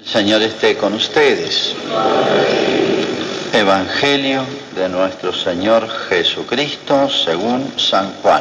Señor esté con ustedes. Evangelio de nuestro Señor Jesucristo según San Juan.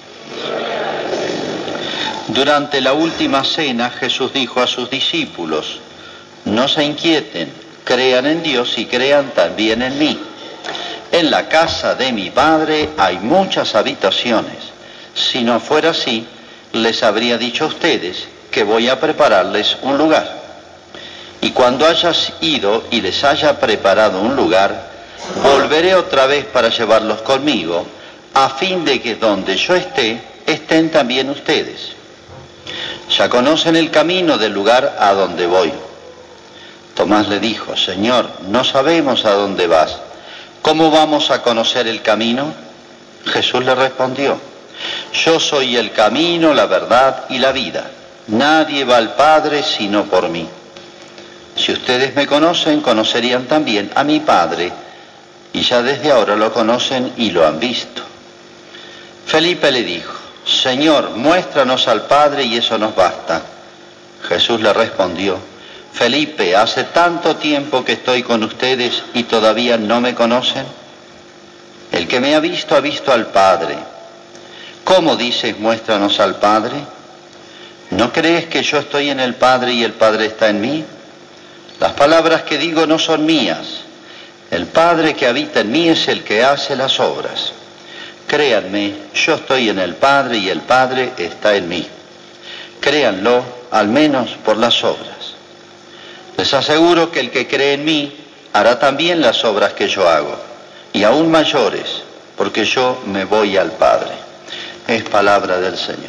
Durante la última cena Jesús dijo a sus discípulos: no se inquieten, crean en Dios y crean también en mí. En la casa de mi Padre hay muchas habitaciones. Si no fuera así, les habría dicho a ustedes que voy a prepararles un lugar. Y cuando hayas ido y les haya preparado un lugar, volveré otra vez para llevarlos conmigo, a fin de que donde yo esté, estén también ustedes. Ya conocen el camino del lugar a donde voy. Tomás le dijo: Señor, no sabemos a dónde vas. ¿Cómo vamos a conocer el camino? Jesús le respondió: yo soy el camino, la verdad y la vida. Nadie va al Padre sino por mí. Si ustedes me conocen, conocerían también a mi Padre, y ya desde ahora lo conocen y lo han visto. Felipe le dijo: Señor, muéstranos al Padre y eso nos basta. Jesús le respondió: Felipe, hace tanto tiempo que estoy con ustedes y todavía no me conocen. El que me ha visto al Padre. ¿Cómo dices, muéstranos al Padre? ¿No crees que yo estoy en el Padre y el Padre está en mí? Las palabras que digo no son mías. El Padre que habita en mí es el que hace las obras. Créanme, yo estoy en el Padre y el Padre está en mí. Créanlo, al menos por las obras. Les aseguro que el que cree en mí hará también las obras que yo hago, y aún mayores, porque yo me voy al Padre. Es palabra del Señor.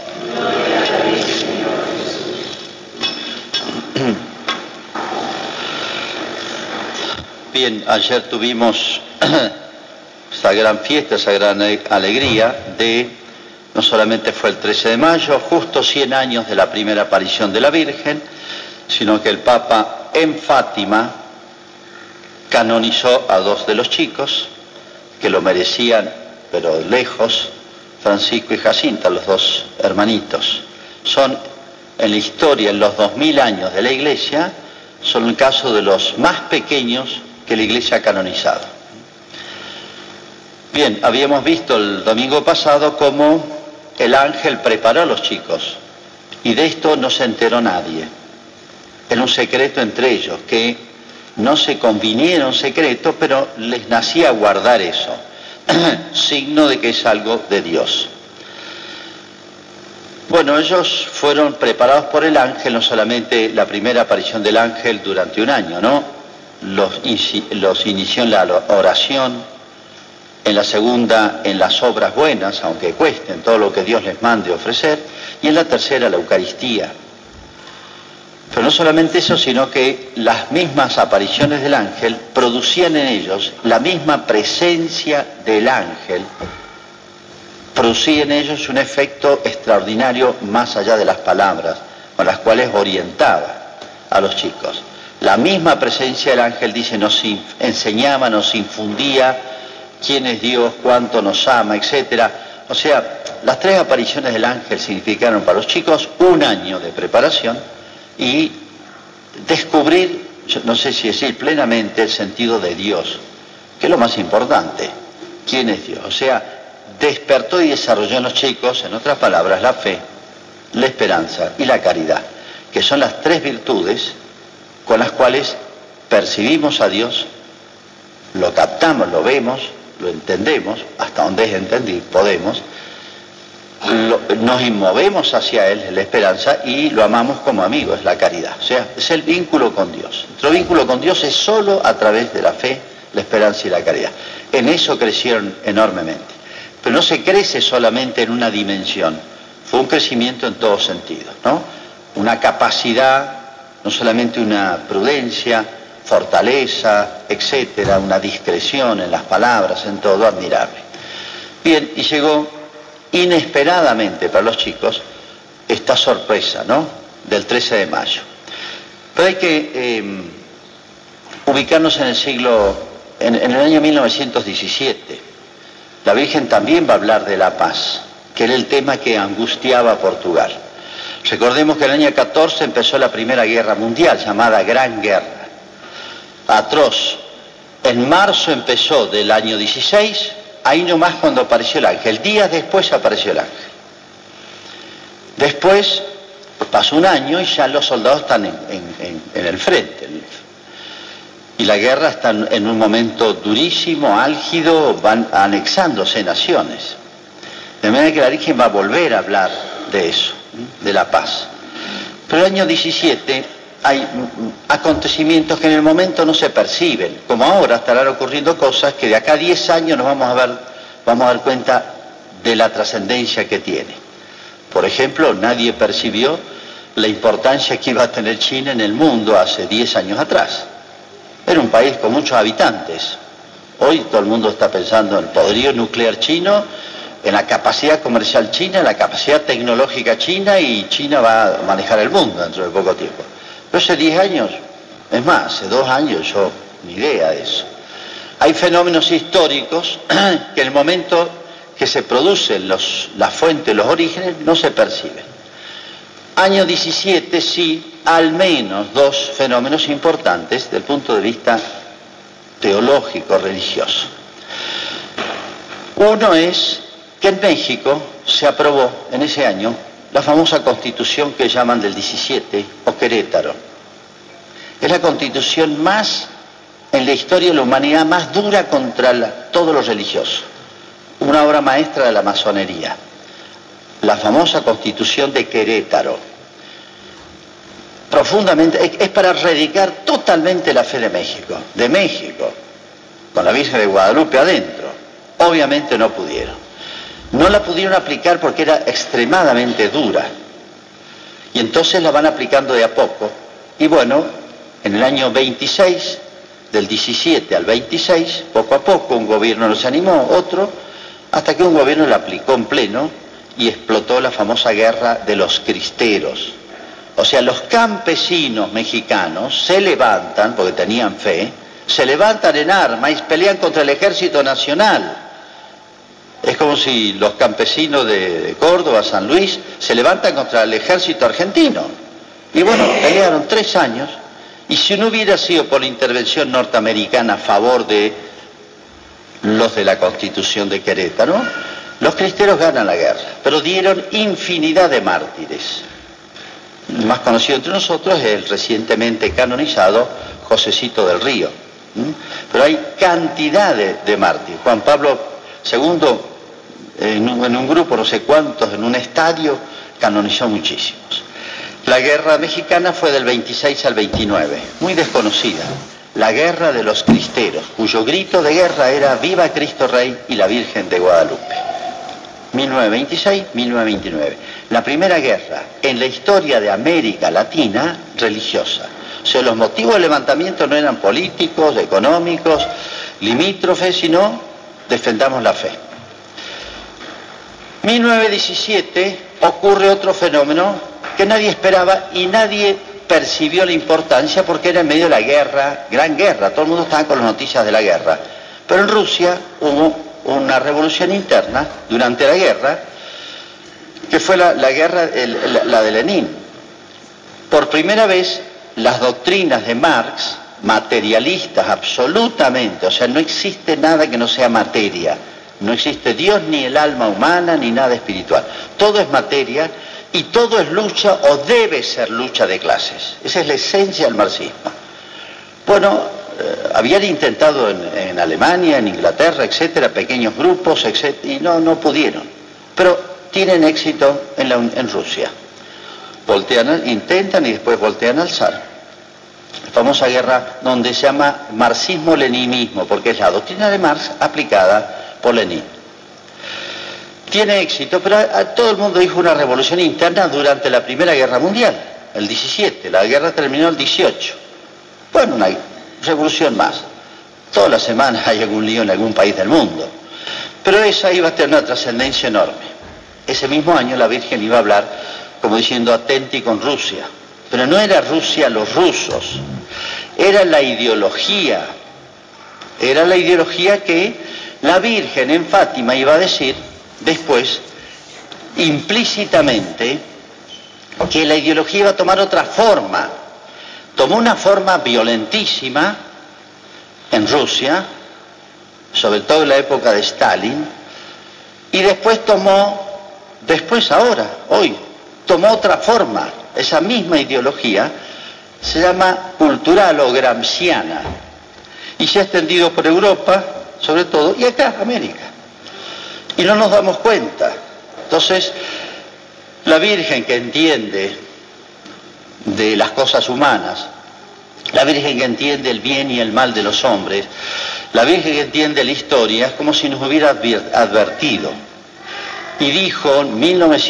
Bien, ayer tuvimos esta gran fiesta, esa gran alegría de, no solamente fue el 13 de mayo, justo 100 años de la primera aparición de la Virgen, sino que el Papa en Fátima canonizó a dos de los chicos que lo merecían, pero lejos, Francisco y Jacinta, los dos hermanitos. Son en la historia, en los 2000 años de la Iglesia, son el caso de los más pequeños que la Iglesia ha canonizado. Bien, habíamos visto el domingo pasado cómo el ángel preparó a los chicos, y de esto no se enteró nadie. Era un secreto entre ellos, que no se convinieron secreto, pero les nacía guardar eso, signo de que es algo de Dios. Bueno, ellos fueron preparados por el ángel, no solamente la primera aparición del ángel durante un año, ¿no? Los inició en la oración, en la segunda en las obras buenas, aunque cuesten, todo lo que Dios les mande ofrecer, y en la tercera la Eucaristía. Pero no solamente eso, sino que las mismas apariciones del ángel producían en ellos la misma presencia del ángel, producía en ellos un efecto extraordinario más allá de las palabras con las cuales orientaba a los chicos. La misma presencia del ángel, dice, nos enseñaba, nos infundía quién es Dios, cuánto nos ama, etc. O sea, las tres apariciones del ángel significaron para los chicos un año de preparación y descubrir, no sé si decir plenamente, el sentido de Dios, que es lo más importante. ¿Quién es Dios? O sea, despertó y desarrolló en los chicos, en otras palabras, la fe, la esperanza y la caridad, que son las tres virtudes con las cuales percibimos a Dios, lo captamos, lo vemos, lo entendemos, hasta donde es entendido, podemos, nos inmovemos hacia Él, la esperanza, y lo amamos como amigo, es la caridad. O sea, es el vínculo con Dios. Nuestro vínculo con Dios es solo a través de la fe, la esperanza y la caridad. En eso crecieron enormemente. Pero no se crece solamente en una dimensión, fue un crecimiento en todos sentidos, ¿no? Una capacidad, no solamente una prudencia, fortaleza, etcétera, una discreción en las palabras, en todo, admirable. Bien, y llegó inesperadamente para los chicos esta sorpresa, ¿no?, del 13 de mayo. Pero hay que ubicarnos en el siglo, en el año 1917. La Virgen también va a hablar de la paz, que era el tema que angustiaba a Portugal. Recordemos que en el año 14 empezó la Primera Guerra Mundial, llamada Gran Guerra, atroz. En marzo empezó del año 16, ahí nomás cuando apareció el ángel. Días después apareció el ángel. Después pasó un año y ya los soldados están en el frente. Y la guerra está en un momento durísimo, álgido, van anexándose naciones. De manera que la Virgen va a volver a hablar de eso, de la paz. Pero el año 17 hay acontecimientos que en el momento no se perciben, como ahora estarán ocurriendo cosas que de acá a 10 años nos vamos a dar cuenta de la trascendencia que tiene. Por ejemplo, nadie percibió la importancia que iba a tener China en el mundo hace 10 años atrás. Era un país con muchos habitantes. Hoy todo el mundo está pensando en el poderío nuclear chino, en la capacidad comercial china, en la capacidad tecnológica china, y China va a manejar el mundo dentro de poco tiempo. Pero hace 10 años, es más, hace 2 años yo ni idea de eso. Hay fenómenos históricos que en el momento que se producen las fuentes, los orígenes, no se perciben. Año 17 sí, al menos 2 fenómenos importantes desde el punto de vista teológico, religioso. Uno es que en México se aprobó en ese año la famosa Constitución que llaman del 17, o Querétaro. Es la constitución más, en la historia de la humanidad, más dura contra todo lo religioso. Una obra maestra de la masonería. La famosa Constitución de Querétaro. Profundamente, es para erradicar totalmente la fe de México, con la Virgen de Guadalupe adentro. Obviamente no pudieron. No la pudieron aplicar porque era extremadamente dura. Y entonces la van aplicando de a poco. Y bueno, en el año 26, del 17 al 26, poco a poco, un gobierno los animó, otro, hasta que un gobierno la aplicó en pleno y explotó la famosa guerra de los cristeros. O sea, los campesinos mexicanos se levantan, porque tenían fe, se levantan en armas y pelean contra el ejército nacional. Es como si los campesinos de Córdoba, San Luis, se levantan contra el ejército argentino. Y bueno, pelearon 3 años, y si no hubiera sido por la intervención norteamericana a favor de los de la Constitución de Querétaro, los cristeros ganan la guerra, pero dieron infinidad de mártires. El más conocido entre nosotros es el recientemente canonizado Josecito del Río. Pero hay cantidad de mártires. Juan Pablo II, en un grupo, no sé cuántos, en un estadio, canonizó muchísimos. La guerra mexicana fue del 26 al 29, muy desconocida. La guerra de los cristeros, cuyo grito de guerra era «Viva Cristo Rey y la Virgen de Guadalupe». 1926-1929. La primera guerra en la historia de América Latina religiosa. O sea, los motivos del levantamiento no eran políticos, económicos, limítrofes, sino defendamos la fe. 1917 ocurre otro fenómeno que nadie esperaba y nadie percibió la importancia porque era en medio de la guerra, gran guerra, todo el mundo estaba con las noticias de la guerra. Pero en Rusia hubo una revolución interna durante la guerra, que fue la guerra, la de Lenin. Por primera vez, las doctrinas de Marx, materialistas absolutamente, o sea, no existe nada que no sea materia, no existe Dios ni el alma humana ni nada espiritual, todo es materia y todo es lucha o debe ser lucha de clases. Esa es la esencia del marxismo. Bueno, habían intentado en Alemania, en Inglaterra, etcétera, pequeños grupos, etcétera, y no pudieron. Pero tienen éxito en Rusia. Intentan y después voltean al zar. La famosa guerra donde se llama marxismo-leninismo, porque es la doctrina de Marx aplicada por Lenin. Tiene éxito, pero todo el mundo dijo una revolución interna durante la Primera Guerra Mundial, el 17. La guerra terminó el 18. Bueno, una revolución más. Todas las semanas hay algún lío en algún país del mundo. Pero esa iba a tener una trascendencia enorme. Ese mismo año la Virgen iba a hablar como diciendo atenti con Rusia. Pero no era Rusia los rusos. Era la ideología. Era la ideología que la Virgen en Fátima iba a decir después, implícitamente, que la ideología iba a tomar otra forma. Tomó una forma violentísima en Rusia, sobre todo en la época de Stalin, y después hoy, tomó otra forma. Esa misma ideología se llama cultural o gramsciana, y se ha extendido por Europa, sobre todo, y acá, América. Y no nos damos cuenta. Entonces, la Virgen que entiende de las cosas humanas, la Virgen que entiende el bien y el mal de los hombres, la Virgen que entiende la historia, es como si nos hubiera advertido. Y dijo en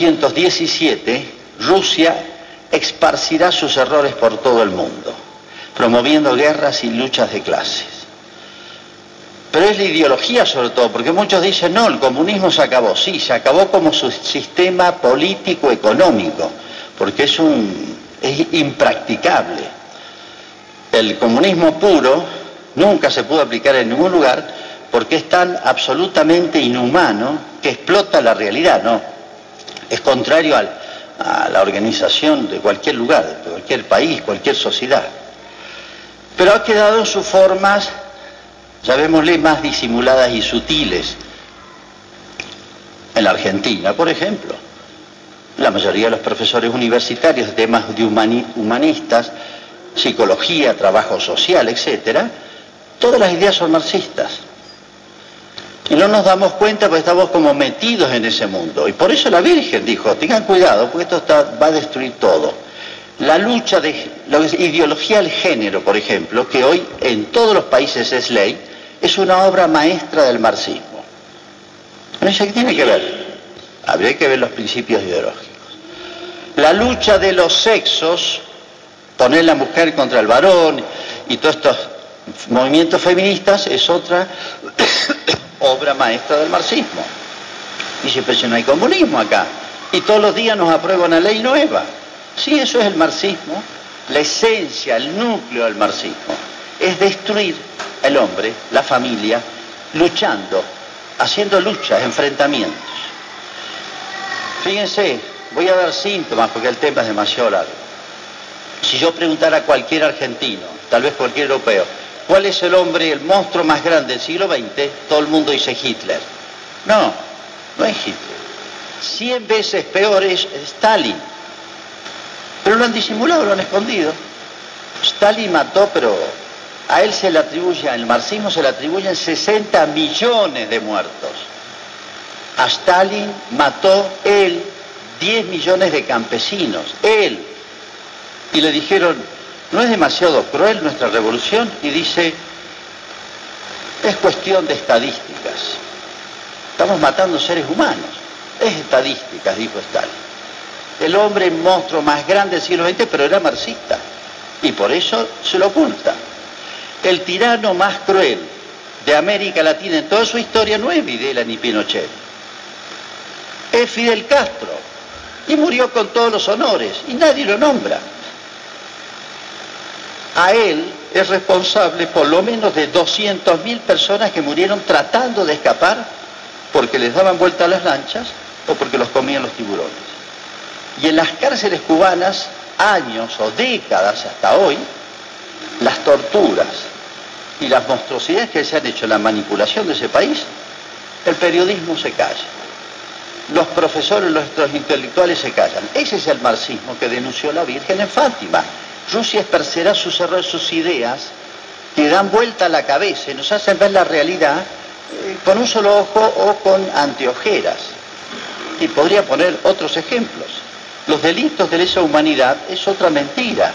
1917, Rusia esparcirá sus errores por todo el mundo, promoviendo guerras y luchas de clases. Pero es la ideología sobre todo, porque muchos dicen, no, el comunismo se acabó. Sí, se acabó como su sistema político-económico, porque es impracticable. El comunismo puro nunca se pudo aplicar en ningún lugar, porque es tan absolutamente inhumano que explota la realidad, ¿no? Es contrario a la organización de cualquier lugar, de cualquier país, cualquier sociedad. Pero ha quedado en sus formas, llamémosle, más disimuladas y sutiles. En la Argentina, por ejemplo, la mayoría de los profesores universitarios de temas de humanistas, psicología, trabajo social, etcétera, todas las ideas son marxistas. Y no nos damos cuenta porque estamos como metidos en ese mundo. Y por eso la Virgen dijo, tengan cuidado porque esto va a destruir todo. La lucha de la ideología del género, por ejemplo, que hoy en todos los países es ley, es una obra maestra del marxismo. No sé qué tiene que ver. Habría que ver los principios ideológicos. La lucha de los sexos, poner la mujer contra el varón y todos estos movimientos feministas es otra obra maestra del marxismo. Dice, pero si no hay comunismo acá, y todos los días nos aprueba una ley nueva. Sí, eso es el marxismo. La esencia, el núcleo del marxismo es destruir el hombre, la familia, luchando, haciendo luchas, enfrentamientos. Fíjense, voy a dar síntomas porque el tema es demasiado largo. Si yo preguntara a cualquier argentino, tal vez cualquier europeo, ¿cuál es el hombre, el monstruo más grande del siglo XX? Todo el mundo dice Hitler. No, no es Hitler. 100 veces peor es Stalin. Pero lo han disimulado, lo han escondido. Stalin mató, pero a él se le atribuye, al marxismo se le atribuyen 60 millones de muertos. A Stalin mató él 10 millones de campesinos, él. Y le dijeron, ¿no es demasiado cruel nuestra revolución? Y dice, es cuestión de estadísticas. Estamos matando seres humanos. Es estadísticas, dijo Stalin. El hombre monstruo más grande del siglo XX, pero era marxista. Y por eso se lo oculta. El tirano más cruel de América Latina en toda su historia no es Videla ni Pinochet. Es Fidel Castro. Y murió con todos los honores. Y nadie lo nombra. A él es responsable por lo menos de 200.000 personas que murieron tratando de escapar porque les daban vuelta a las lanchas o porque los comían los tiburones. Y en las cárceles cubanas, años o décadas hasta hoy, las torturas y las monstruosidades que se han hecho en la manipulación de ese país, el periodismo se calla. Los profesores, los intelectuales se callan. Ese es el marxismo que denunció la Virgen en Fátima. Rusia esparcerá sus errores, sus ideas, que dan vuelta a la cabeza y nos hacen ver la realidad con un solo ojo o con anteojeras. Y podría poner otros ejemplos. Los delitos de lesa humanidad es otra mentira.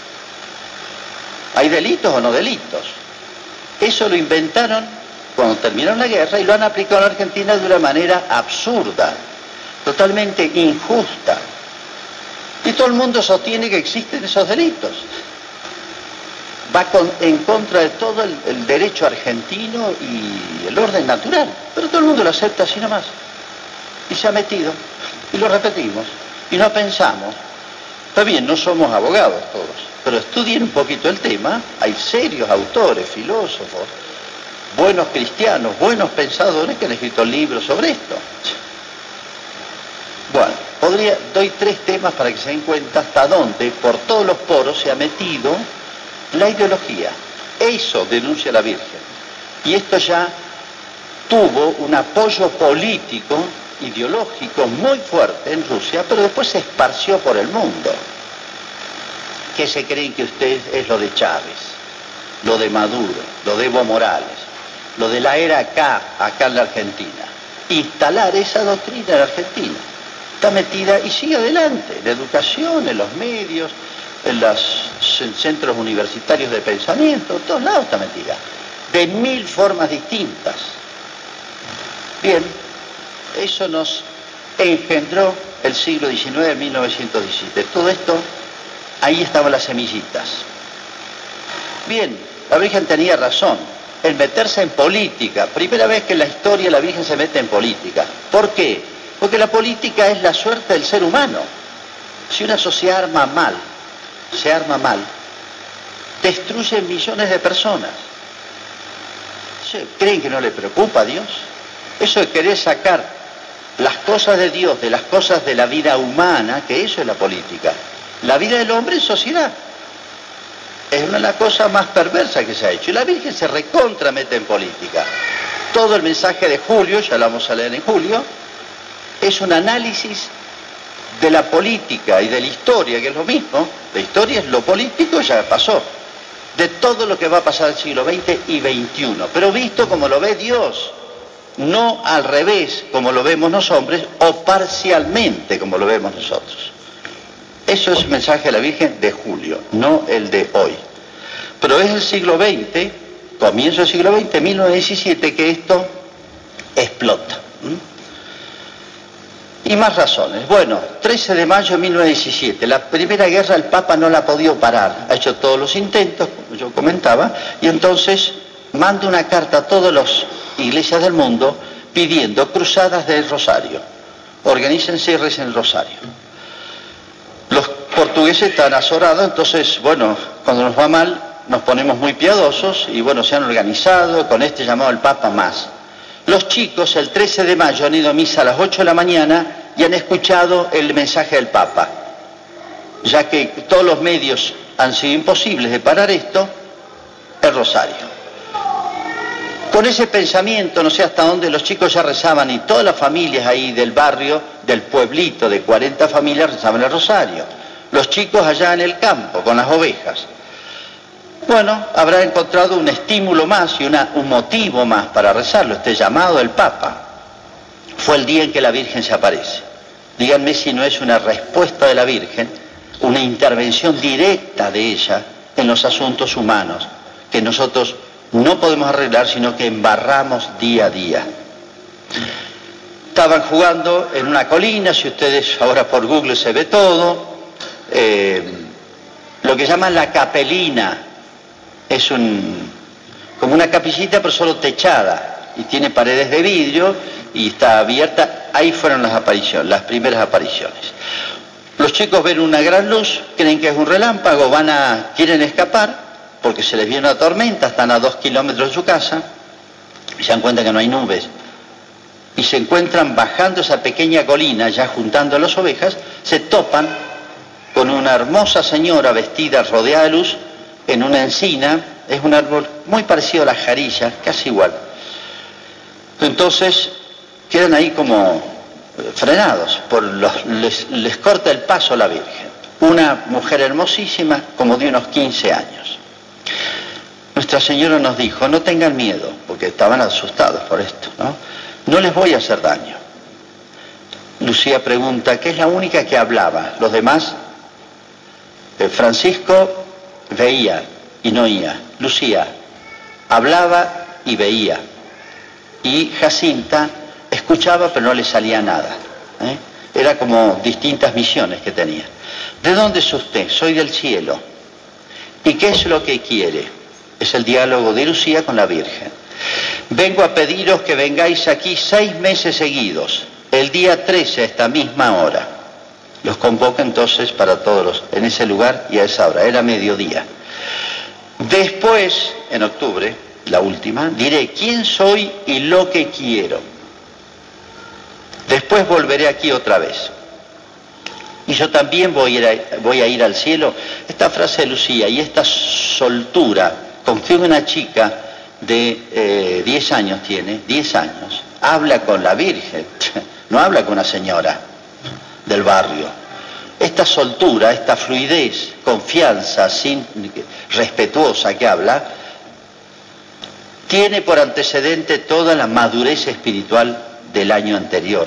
¿Hay delitos o no delitos? Eso lo inventaron cuando terminaron la guerra y lo han aplicado en Argentina de una manera absurda, totalmente injusta. Y todo el mundo sostiene que existen esos delitos. Va en contra de todo el derecho argentino y el orden natural. Pero todo el mundo lo acepta así nomás. Y se ha metido. Y lo repetimos. Y no pensamos. Está bien, no somos abogados todos. Pero estudien un poquito el tema. Hay serios autores, filósofos, buenos cristianos, buenos pensadores que han escrito libros sobre esto. Bueno. Doy 3 temas para que se den cuenta hasta dónde por todos los poros se ha metido la ideología. Eso denuncia la Virgen. Y esto ya tuvo un apoyo político, ideológico muy fuerte en Rusia, pero después se esparció por el mundo. ¿Qué se creen que usted es lo de Chávez, lo de Maduro, lo de Evo Morales, lo de la era acá en la Argentina? Instalar esa doctrina en la Argentina. Está metida y sigue adelante, en la educación, en los medios, en los centros universitarios de pensamiento, en todos lados está metida, de 1000 formas distintas. Bien, eso nos engendró el siglo XIX, en 1917. Todo esto, ahí estaban las semillitas. Bien, la Virgen tenía razón en meterse en política. Primera vez que en la historia la Virgen se mete en política. ¿Por qué? Porque la política es la suerte del ser humano. Si una sociedad se arma mal, destruye millones de personas. ¿Creen que no le preocupa a Dios? Eso de querer sacar las cosas de Dios de las cosas de la vida humana, que eso es la política. La vida del hombre en sociedad es una de las cosas más perversas que se ha hecho. Y la Virgen se recontra mete en política. Todo el mensaje de Julio, ya lo vamos a leer en julio, es un análisis de la política y de la historia, que es lo mismo. La historia es lo político, ya pasó. De todo lo que va a pasar en el siglo XX y XXI, pero visto como lo ve Dios, no al revés como lo vemos los hombres, o parcialmente como lo vemos nosotros. Eso es el mensaje de la Virgen de julio, no el de hoy. Pero es el siglo XX, comienzo del siglo XX, 1917, que esto explota. Y más razones. Bueno, 13 de mayo de 1917, la primera guerra el Papa no la ha podido parar, ha hecho todos los intentos, como yo comentaba, y entonces manda una carta a todas las iglesias del mundo pidiendo cruzadas del Rosario. Organícense y recen el Rosario. Los portugueses están azorados, entonces, bueno, cuando nos va mal nos ponemos muy piadosos y bueno, se han organizado con este llamado al Papa más. Los chicos el 13 de mayo han ido a misa a las 8 de la mañana y han escuchado el mensaje del Papa. Ya que todos los medios han sido imposibles de parar esto, el Rosario. Con ese pensamiento, no sé hasta dónde, los chicos ya rezaban y todas las familias ahí del barrio, del pueblito de 40 familias rezaban el Rosario. Los chicos allá en el campo, con las ovejas. Bueno, habrá encontrado un estímulo más y un motivo más para rezarlo, este llamado del Papa. Fue el día en que la Virgen se aparece. Díganme si no es una respuesta de la Virgen, una intervención directa de ella en los asuntos humanos, que nosotros no podemos arreglar, sino que embarramos día a día. Estaban jugando en una colina, si ustedes ahora por Google se ve todo, lo que llaman la capelina. Es como una capillita pero solo techada y tiene paredes de vidrio y está abierta. Ahí fueron las apariciones, las primeras apariciones. Los chicos ven una gran luz, creen que es un relámpago, quieren escapar porque se les viene una tormenta, están a 2 kilómetros de su casa y se dan cuenta que no hay nubes. Y se encuentran bajando esa pequeña colina, ya juntando a las ovejas, se topan con una hermosa señora vestida, rodeada de luz, en una encina. Es un árbol muy parecido a las jarillas, casi igual. Entonces quedan ahí como frenados, les corta el paso la Virgen. Una mujer hermosísima, como de unos 15 años. Nuestra Señora nos dijo, no tengan miedo, porque estaban asustados por esto, ¿no? No les voy a hacer daño. Lucía pregunta, ¿qué es la única que hablaba? Los demás, Francisco veía y no oía. Lucía hablaba y veía. Y Jacinta escuchaba pero no le salía nada. Era como distintas misiones que tenía. ¿De dónde es usted? Soy del cielo. ¿Y qué es lo que quiere? Es el diálogo de Lucía con la Virgen. Vengo a pediros que vengáis aquí 6 meses seguidos, el día 13 a esta misma hora. Los convoca entonces para todos en ese lugar y a esa hora, era mediodía. Después, en octubre, la última, diré quién soy y lo que quiero. Después volveré aquí otra vez. y yo también voy a ir al cielo. Esta frase de Lucía y esta soltura con que una chica de 10 años tiene, 10 años, habla con la Virgen, no habla con una señora del barrio. Esta soltura, esta fluidez, confianza, respetuosa que habla, tiene por antecedente toda la madurez espiritual del año anterior.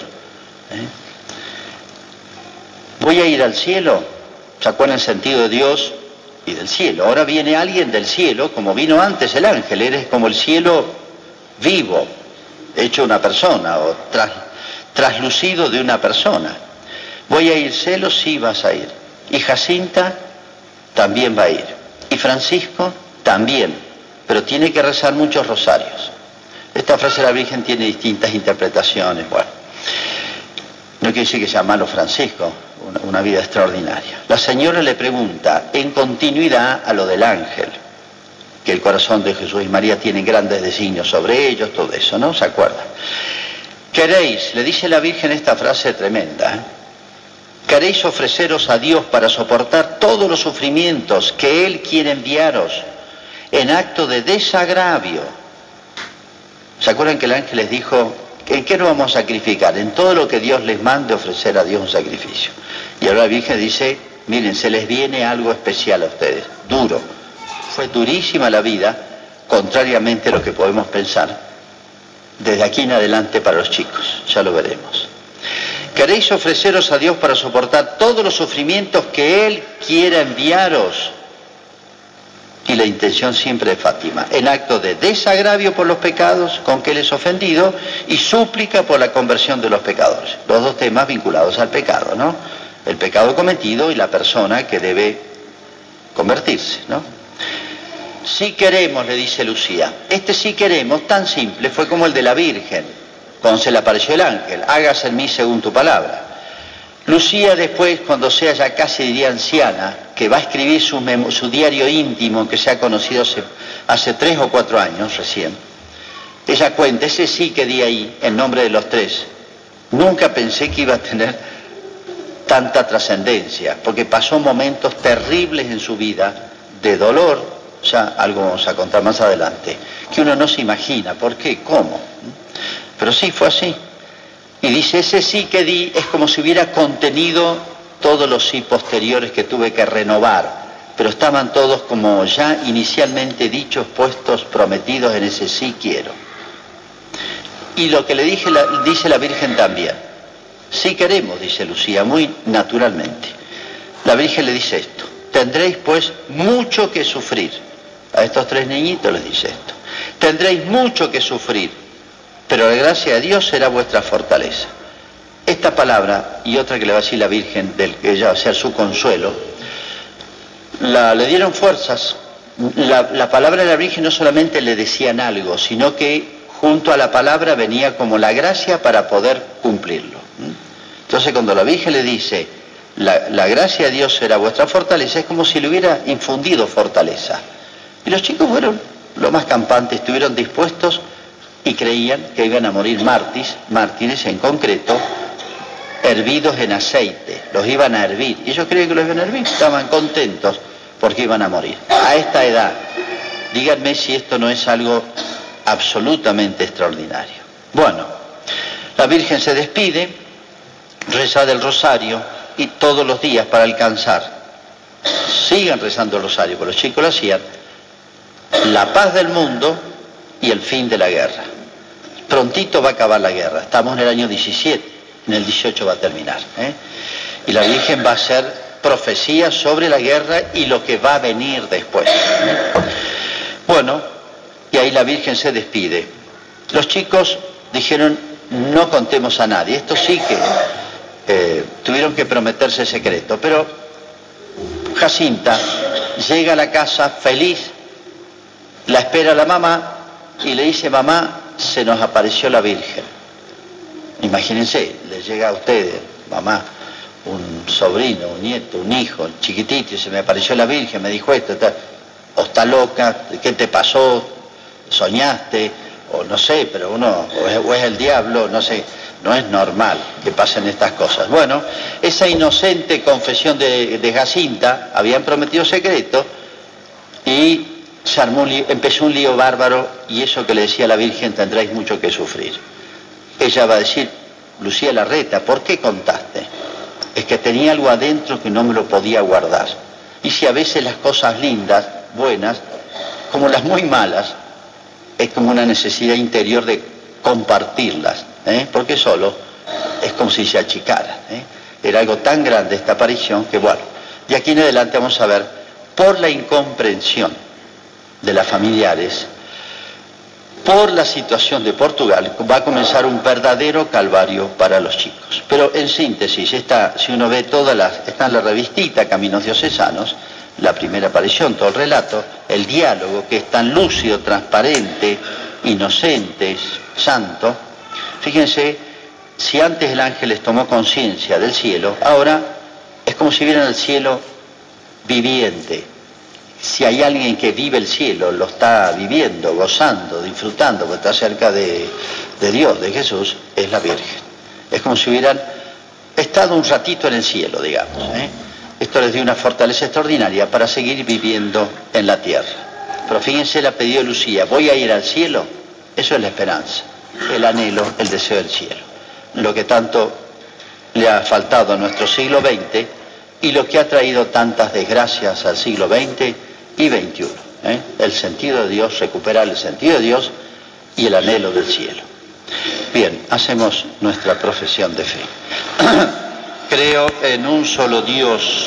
Voy a ir al cielo, ¿se acuerdan el sentido de Dios y del cielo? Ahora viene alguien del cielo, como vino antes el ángel, eres como el cielo vivo, hecho una persona, o traslucido de una persona. Voy a ir al cielo, sí vas a ir. Y Jacinta también va a ir. Y Francisco también, pero tiene que rezar muchos rosarios. Esta frase de la Virgen tiene distintas interpretaciones. Bueno, no quiere decir que sea malo Francisco, una vida extraordinaria. La señora le pregunta, en continuidad a lo del ángel, que el corazón de Jesús y María tienen grandes designios sobre ellos, todo eso, ¿no? ¿Se acuerdan? ¿Queréis? Le dice la Virgen esta frase tremenda, ¿queréis ofreceros a Dios para soportar todos los sufrimientos que Él quiere enviaros en acto de desagravio? ¿Se acuerdan que el ángel les dijo, ¿en qué nos vamos a sacrificar? En todo lo que Dios les mande ofrecer a Dios un sacrificio. Y ahora la Virgen dice, miren, se les viene algo especial a ustedes, duro. Fue durísima la vida, contrariamente a lo que podemos pensar, desde aquí en adelante para los chicos, ya lo veremos. ¿Queréis ofreceros a Dios para soportar todos los sufrimientos que Él quiera enviaros? Y la intención siempre de Fátima, en acto de desagravio por los pecados con que Él es ofendido y súplica por la conversión de los pecadores. Los dos temas vinculados al pecado, ¿no? El pecado cometido y la persona que debe convertirse, ¿no? Sí queremos, le dice Lucía. Este sí queremos, tan simple, fue como el de la Virgen, cuando se le apareció el ángel, hágase en mí según tu palabra. Lucía después, cuando sea ya casi diría anciana, que va a escribir su diario íntimo que se ha conocido hace 3 o 4 años recién, ella cuenta, ese sí que di ahí, en nombre de los 3, nunca pensé que iba a tener tanta trascendencia, porque pasó momentos terribles en su vida, de dolor, ya algo vamos a contar más adelante, que uno no se imagina, ¿por qué? ¿Cómo? Pero sí fue así. Y dice, ese sí que di es como si hubiera contenido todos los sí posteriores que tuve que renovar, pero estaban todos como ya inicialmente dichos, puestos, prometidos en ese sí quiero. Y lo que le dice la Virgen también, sí queremos, dice Lucía, muy naturalmente. La Virgen le dice esto, tendréis pues mucho que sufrir. A estos 3 niñitos les dice esto, tendréis mucho que sufrir, pero la gracia de Dios será vuestra fortaleza. Esta palabra, y otra que le va a decir la Virgen, del que ella va a ser su consuelo, le dieron fuerzas. La palabra de la Virgen no solamente le decían algo, sino que junto a la palabra venía como la gracia para poder cumplirlo. Entonces cuando la Virgen le dice, la gracia de Dios será vuestra fortaleza, es como si le hubiera infundido fortaleza. Y los chicos fueron lo más campantes, estuvieron dispuestos y creían que iban a morir mártires en concreto, hervidos en aceite, los iban a hervir. Y ellos creían que los iban a hervir, estaban contentos porque iban a morir. A esta edad, díganme si esto no es algo absolutamente extraordinario. Bueno, la Virgen se despide, reza del rosario y todos los días para alcanzar, sigan rezando el rosario, porque los chicos lo hacían, la paz del mundo y el fin de la guerra. Prontito va a acabar la guerra, estamos en el año 17, en el 18 va a terminar, y la Virgen va a hacer profecía sobre la guerra y lo que va a venir después. Bueno, y ahí la Virgen se despide. Los chicos dijeron, no contemos a nadie, esto sí que tuvieron que prometerse secreto, pero Jacinta llega a la casa feliz, la espera la mamá y le dice, mamá, se nos apareció la Virgen. Imagínense, le llega a ustedes, mamá, un sobrino, un nieto, un hijo, chiquitito, y se me apareció la Virgen, me dijo esto, o está loca, ¿qué te pasó? ¿Soñaste? O no sé, pero uno, o es el diablo, no sé. no es normal que pasen estas cosas. Bueno, esa inocente confesión de Jacinta, habían prometido secreto y se armó empezó un lío bárbaro, y eso que le decía a la Virgen, tendréis mucho que sufrir. Ella va a decir, Lucía Larreta, ¿por qué contaste? Es que tenía algo adentro que no me lo podía guardar. Y si a veces las cosas lindas, buenas, como las muy malas, es como una necesidad interior de compartirlas, porque solo es como si se achicara. Era algo tan grande esta aparición que, bueno, de aquí en adelante vamos a ver, por la incomprensión de las familiares, por la situación de Portugal, va a comenzar un verdadero calvario para los chicos. Pero en síntesis, si uno ve está en la revistita Caminos Diocesanos, la primera aparición, todo el relato, el diálogo, que es tan lúcido, transparente, inocente, santo. Fíjense, si antes el ángel les tomó conciencia del cielo, ahora es como si vieran el cielo viviente. Si hay alguien que vive el cielo, lo está viviendo, gozando, disfrutando, porque está cerca de Dios, de Jesús, es la Virgen. Es como si hubieran estado un ratito en el cielo, digamos. Esto les dio una fortaleza extraordinaria para seguir viviendo en la tierra. Pero fíjense, la pedido de Lucía, voy a ir al cielo. Eso es la esperanza, el anhelo, el deseo del cielo. Lo que tanto le ha faltado a nuestro siglo XX y lo que ha traído tantas desgracias al siglo XX y XXI. El sentido de Dios, recuperar el sentido de Dios y el anhelo del cielo. Bien, hacemos nuestra profesión de fe. Creo en un solo Dios,